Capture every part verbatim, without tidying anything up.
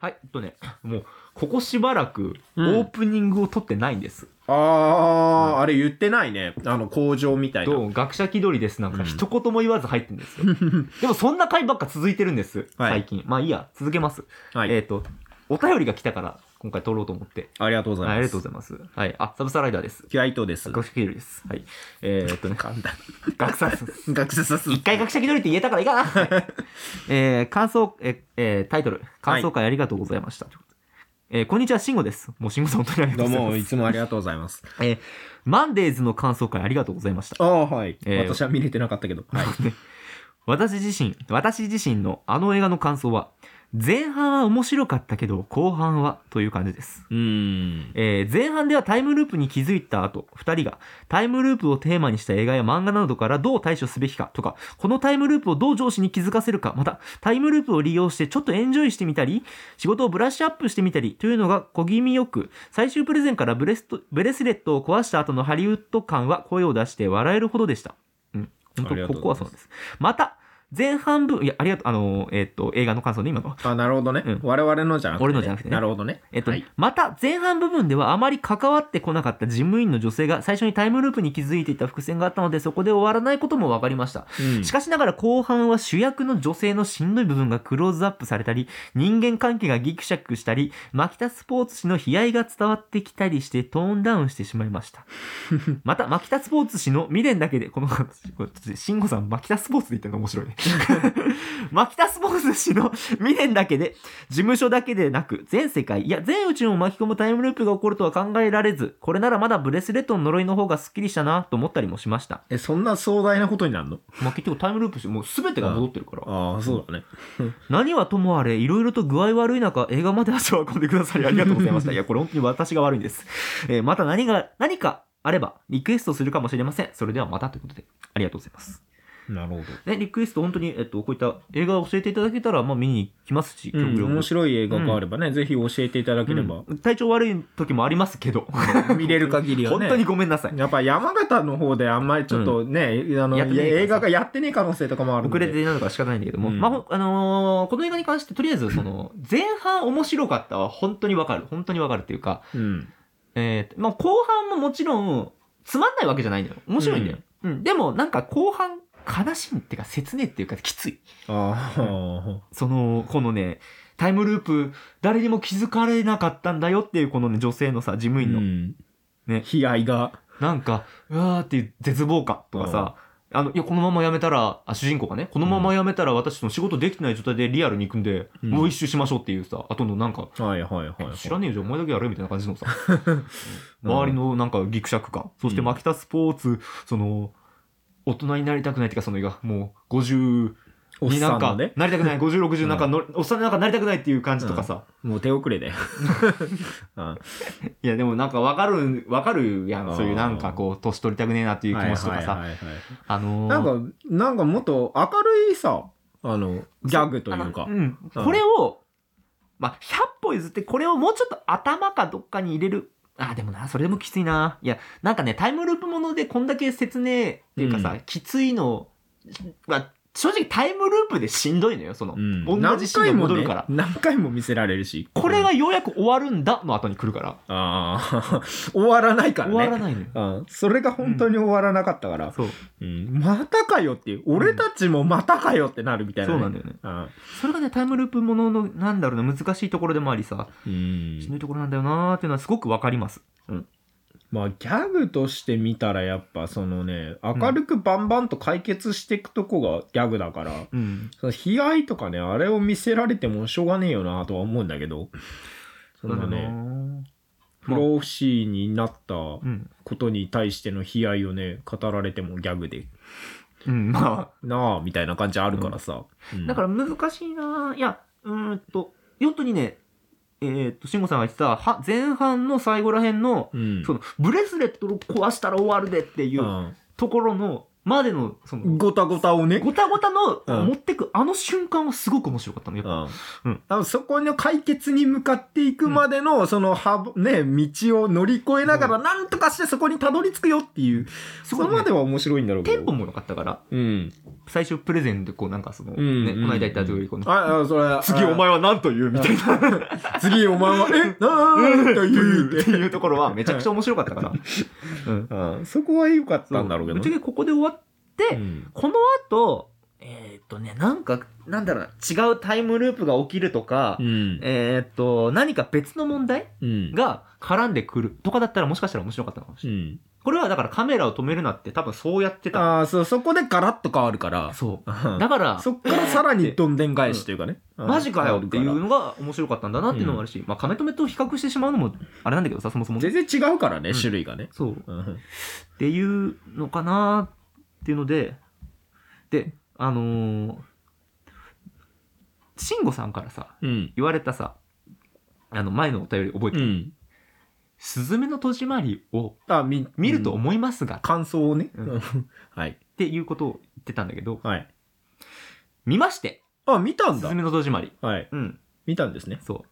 はい、えっとね、もうここしばらくオープニングを撮ってないんです。 うん、ああ、うん、あれ言ってないね。あの工場みたいな。 と学者気取りですなんか一言も言わず入ってるんですよ。うん、でもそんな回ばっか続いてるんです。最近。はい、まあいいや、続けます。はい、えっ、ー、とお便りが来たから今回撮ろうと思って。 ありがとうございます。 はい、ありがとうございます。はい、あ、サブサライダーです。 キュアイトです。 学者気取りです。はい。えー、っとね、 簡単。 学者学者さす。 一回学者気取りって言えたからいいかな。はい、えー、感想ええー、タイトル感想会ありがとうございました。はい、えー、こんにちは、慎吾です。もう慎吾さん本当にありがとうございます。 どうも、いつもありがとうございます。 えー、マンデーズの感想会ありがとうございました。 ああ、はい、えー。私は見れてなかったけど。はい。 私自身、私自身のあの映画の感想は、前半は面白かったけど、後半はという感じです。 うーん、 えー、前半ではタイムループに気づいた後、二人がタイムループをテーマにした映画や漫画などからどう対処すべきかとか、このタイムループをどう上司に気づかせるか、またタイムループを利用してちょっとエンジョイしてみたり、仕事をブラッシュアップしてみたりというのが小気味よく、最終プレゼンからブレストブレスレットを壊した後のハリウッド感は声を出して笑えるほどでした。うん、本当ここはそうなんです。また、前半部、いや、ありがとう、あのー、えっ、ー、と、映画の感想ね、今の。 あ、なるほどね。うん、我々のじゃなくて、ね。 俺のじゃなくてね。 なるほどね。 えっ、ー、と、 はい、 また、前半部分ではあまり関わってこなかった事務員の女性が最初にタイムループに気づいていた伏線があったので、そこで終わらないことも分かりました。うん、しかしながら後半は主役の女性のしんどい部分がクローズアップされたり、人間関係がギクシャクしたり、マキタスポーツ氏の悲哀が伝わってきたりしてトーンダウンしてしまいました。また、マキタスポーツ氏の未練だけで、この、慎吾さん、マキタスポーツで言ってるの面白いね。マキタスポーツ氏の未練だけで、事務所だけでなく、全世界、いや、全宇宙を巻き込むタイムループが起こるとは考えられず、これならまだブレスレットの呪いの方がスッキリしたなと思ったりもしました。 え、そんな壮大なことになるの？ まあ、結局タイムループして、もう全てが戻ってるから。 ああ、そうだね。 何はともあれ、いろいろと具合悪い中、映画まで足を運んでくださりありがとうございました。いや、これ本当に私が悪いんです。えー、また何が、何かあれば、リクエストするかもしれません。それではまたということで、ありがとうございます。 なるほど。 ね、リクエスト本当に、えっと、こういった映画を教えていただけたら、まあ見に来ますし、 うん、面白い映画があればね、うん、ぜひ教えていただければ、 うん。体調悪い時もありますけど。 見れる限りはね。 本当にごめんなさい。 やっぱ山形の方であんまりちょっとね、うん、あの映画がやってねえ可能性とかもあるので。 遅れてなのか仕方ないんだけども、うん、まあ、あのー、この映画に関して、とりあえず、その、前半面白かったは本当にわかる。本当にわかるっていうか、うん、えー、まあ、後半ももちろん、つまんないわけじゃないんだよ。面白いんだよ。うん。うん、でも、なんか後半、悲しいっていうか切ねっていうかきつい。ああ。そのこのねタイムループ誰にも気づかれなかったんだよっていうこのね女性のさ事務員の、うん、 ね悲哀がなんかうわーっていう絶望感とかさあのいやこのままやめたらあ主人公がねこのままやめたら私の仕事できてない状態でリアルに行くんで、うん、もう一周しましょうっていうさ後のなんか、 はいはいはいはい、 知らねえじゃんお前だけやれみたいな感じのさ周りのなんかギクシャク感、そしてマキタスポーツその大人になりたくないっていうかその映画もうごじゅうになんか、ね、なりたくないごじゅうろくじゅうなんかの、うん、おっさんなんかなりたくないっていう感じとかさ、 うん、もう手遅れだよ、 うん、いやでもなんかわかるわかるやんそういうなんかこう年取りたくねえなっていう気持ちとかさあのー、 なんかなんかもっと明るいさあのギャグというか、 うん、これをまあひゃっぽ譲ってこれをもうちょっと頭かどっかに入れるあ、でもな、それでもきついな。いや、なんかね、タイムループものでこんだけ説明っていうかさ、うん、きついのは、正直タイムループでしんどいのよ、その。うん、同じシーンが戻るから、 ね。何回も見せられるし。 これがようやく終わるんだの後に来るから。 ああ、終わらないからね。 終わらないのよ。 あそれが本当に終わらなかったから。うん、そう、うん。またかよっていう。俺たちもまたかよってなるみたいな、ね、 そうなんだよね。あそれがね、タイムループものの、なんだろうな、難しいところでもありさ、うん、しんどいところなんだよなーっていうのはすごくわかります。うん。 まあギャグとして見たらやっぱそのね明るくバンバンと解決していくとこがギャグだから、うん、その悲哀とかねあれを見せられてもしょうがねえよなとは思うんだけどそんなね不老不死になったことに対しての悲哀をね語られてもギャグで、うん、まあなあみたいな感じあるからさ、 うんうん、だから難しいないやうーんと本当にねえー、っと慎吾さんが言ってたは前半の最後らへんの、うん、そのブレスレットを壊したら終わるでっていうところのまでの、その、 ごたごたをね。 ごたごたの、 うん持ってく、あの瞬間はすごく面白かったの。やっぱ。 うん。 うんあのそこの解決に向かっていくまでの、その、は、ね、道を乗り越えながら、なんとかしてそこにたどり着くよっていう、そこまでは面白いんだろうけど。 テンポも良かったから、 うん。 最初プレゼンでこうなんかその、 うんね、この間言った通り、この、 あ、あ、それ、 次お前は何と言うみたいな。 次お前は、え、なーんと言うっていうところはめちゃくちゃ面白かったから。 うん。そこは良かったんだろうけど。 ぶっちゃけここで終わって、 うん、 この後、えー、っとね、なんか、なんだろうな、違うタイムループが起きるとか、 うん、 えー、っと、何か別の問題、 うん、 が絡んでくるとかだったらもしかしたら面白かったかもしれない。うん、これはだからカメラを止めるなって多分そうやってた。 ああ、そう、そこでガラッと変わるから。 そう。だから、 そっからさらにどんでん返しというかね。 うん、マジかよっていうのが面白かったんだなっていうのもあるし、うん、まあカメ止めと比較してしまうのもあれなんだけどさ、そもそも。 全然違うからね、うん、種類がね。 そう。っていうのかなっていうので、で、あのー、慎吾さんからさ、うん、言われたさ、あの前のお便り覚えてる、うん、すずめの戸締まりを見ると思いますが、 うん、感想をね、うん、 はいっていうことを言ってたんだけど、 はい、 見まして。 あ、見たんだ。 すずめの戸締まり。 はい。 うん。 見たんですね。 そう。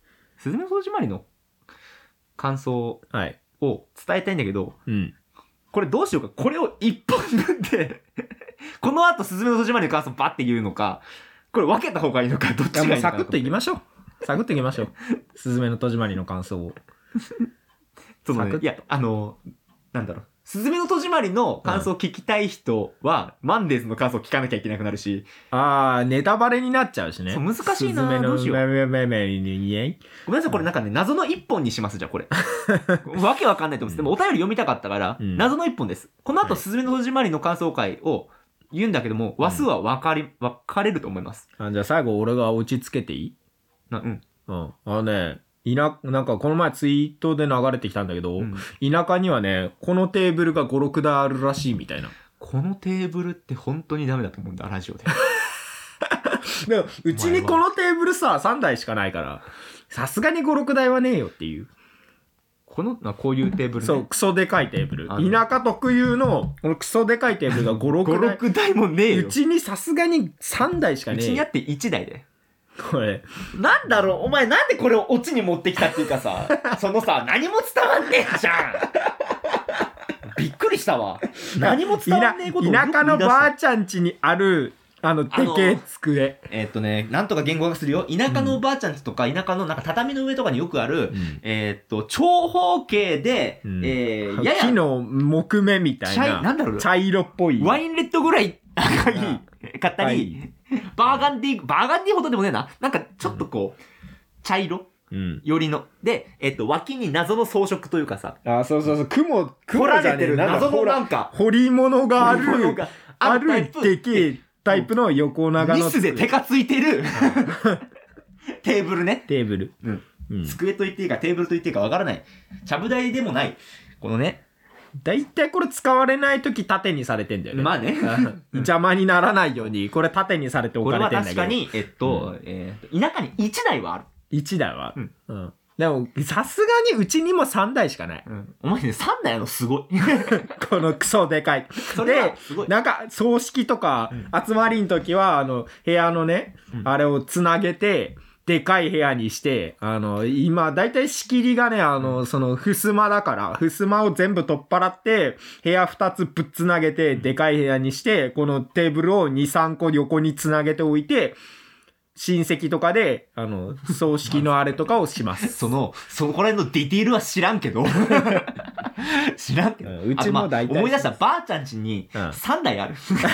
すずめの戸締まりの感想を伝えたいんだけど、 うん。 これどうしようか。これを一本分でこの後すずめの戸締まりの感想バッて言うのか、これ分けた方がいいのか、どっちがいいのか。 サクッといきましょう。サクッといきましょう。すずめの戸締まりの感想を。 そのね、いや、あの、なんだろう。すずめの戸締まりの感想を聞きたい人は、うん、マンデーズの感想を聞かなきゃいけなくなるし。 あー、ネタバレになっちゃうしね。 そう、難しいな。どうしよう。ごめんなさい、これなんかね、謎の一本にします、じゃあこれ。わけわかんないと思うんです。でもお便り読みたかったから、うん、謎の一本です。この後、すずめの戸締まりの感想会を、言うんだけども、話数は分かり、分かれると思います。 あ、じゃあ最後俺が落ち着けていい？ な、うん。 うん。あのね、いな、なんかこの前ツイートで流れてきたんだけど、うん、田舎にはね、このテーブルがご、ろくだいあるらしいみたいな。 このテーブルって本当にダメだと思うんだ、ラジオで。 でも、うちにこのテーブルさ、さんだいしかないから、さすがにご、ろくだいはねえよっていう。 この、こういうテーブルね。 そう、クソでかいテーブル。田舎特有の、このクソでかいテーブルがご、ろくだい。 ご、ろくだいもねえよ。 うちにさすがにさんだいしかねえよ。 うちにあっていちだいで。 これ。 なんだろう、お前なんでこれをオチに持ってきたっていうかさ、そのさ、何も伝わんねえじゃん。びっくりしたわ。何も伝わんねえことを田舎のばあちゃん家にある、あの、でけえ机。 えー、っとね、なんとか言語化するよ。田舎のおばあちゃんちとか、田舎のなんか畳の上とかによくある、うん、えー、っと、長方形で、うん、えー、やや木の木目みたいな。 なんだろう。 茶色っぽい。 ワインレッドぐらい赤い、買ったり、はい、バーガンディ、バーガンディほどでもねえな。なんかちょっとこう、うん、茶色うん、よりの。で、えっと、脇に謎の装飾というかさ。 あ、そうそうそう、雲、雲じゃねえ。掘られてる謎のなんか。 彫り物がある、あるでけえタイプの横長の。 ニスで手がついてるテーブルね。 テーブル。 うん。うん、机と言っていいかテーブルと言っていいかわからない。ちゃぶ台でもない。このね。 だいたいこれ使われないとき縦にされてんだよね。 まあね。 邪魔にならないように、これ縦にされて置かれてんだけど。 これは確かに、えっと、うん、えー、田舎にいちだいはある。 いちだいはある。うん。うん、でも、さすがにうちにもさんだいしかない。 うん、お前ね、さんだいあるのすごい。 このクソでかい。 それはすごい。 で、なんか、葬式とか、集まりの時は、あの、部屋のね、うん、あれをつなげて、でかい部屋にして、あの、今、だいたい仕切りがね、あの、その、襖だから、襖を全部取っ払って、部屋ふたつぶっつなげて、でかい部屋にして、このテーブルをに、さんこ横につなげておいて、親戚とかで、あの、葬式のあれとかをします。 その、そこら辺のディティールは知らんけど。知らんけど。 うちも大体、 まあ、思い出した、ばあちゃん家にさんだいある。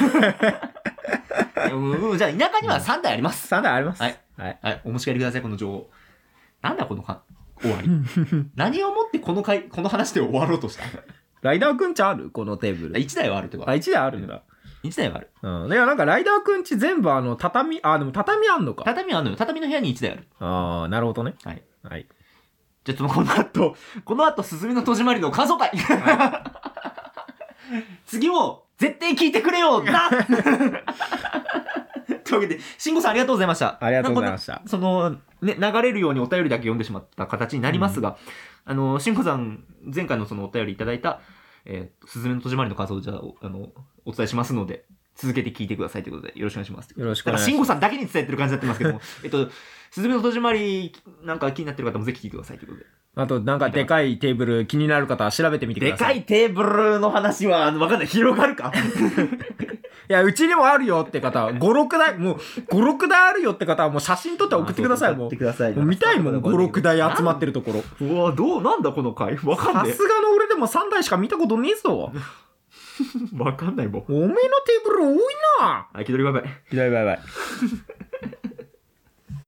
うん、じゃあ、田舎にはさんだいあります。 さんだいあります。 はい。はい。はい。お持ち帰りください、この情報。なんだ、このか、終わり。何をもってこの回、この話で終わろうとしたライダーくんちあるこのテーブル。 いちだいはあるってこと。 あ、いちだいあるんだ。 いちだいはある。 うん。いや、なんかライダーくんち全部あの、畳、あ、でも畳あんのか。 畳あんのよ。畳の部屋にいちだいある。 ああ、なるほどね。 はい。 はい。 じゃあ、ちょっとこの後、この後、すずめの戸締まりの感想会。はい、次も、絶対聞いてくれよなというわけで、慎吾さんありがとうございました。 ありがとうございました。 その、ね、流れるようにお便りだけ読んでしまった形になりますが、うん、あの、慎吾さん、前回のそのお便りいただいた、 えー、すずめの戸締まりの感想をじゃあ、あの、お伝えしますので、続けて聞いてくださいということで、よろしくお願いします。 よろしくお願いします。 慎吾さんだけに伝えてる感じになってますけども、えっと、すずめの戸締まり、なんか気になってる方もぜひ聞いてくださいということで。 あと、なんかでかいテーブル気になる方は調べてみてください。 でかいテーブルの話は、あの、わかんない。広がるかいや、うちにもあるよって方は、ご、ろくだい、もう、ご、ろくだいあるよって方は、もう写真撮って送ってください、もう。 送ってください。 もう見たいもん、ご、ろくだい集まってるところ。 うわ、どう、なんだこの回。わかんない。 さすがの俺でもさんだいしか見たことねえぞ。 わかんないもん。 おめえのテーブル多いな。 はい、気取りバイバイ。 気取りバイバイ。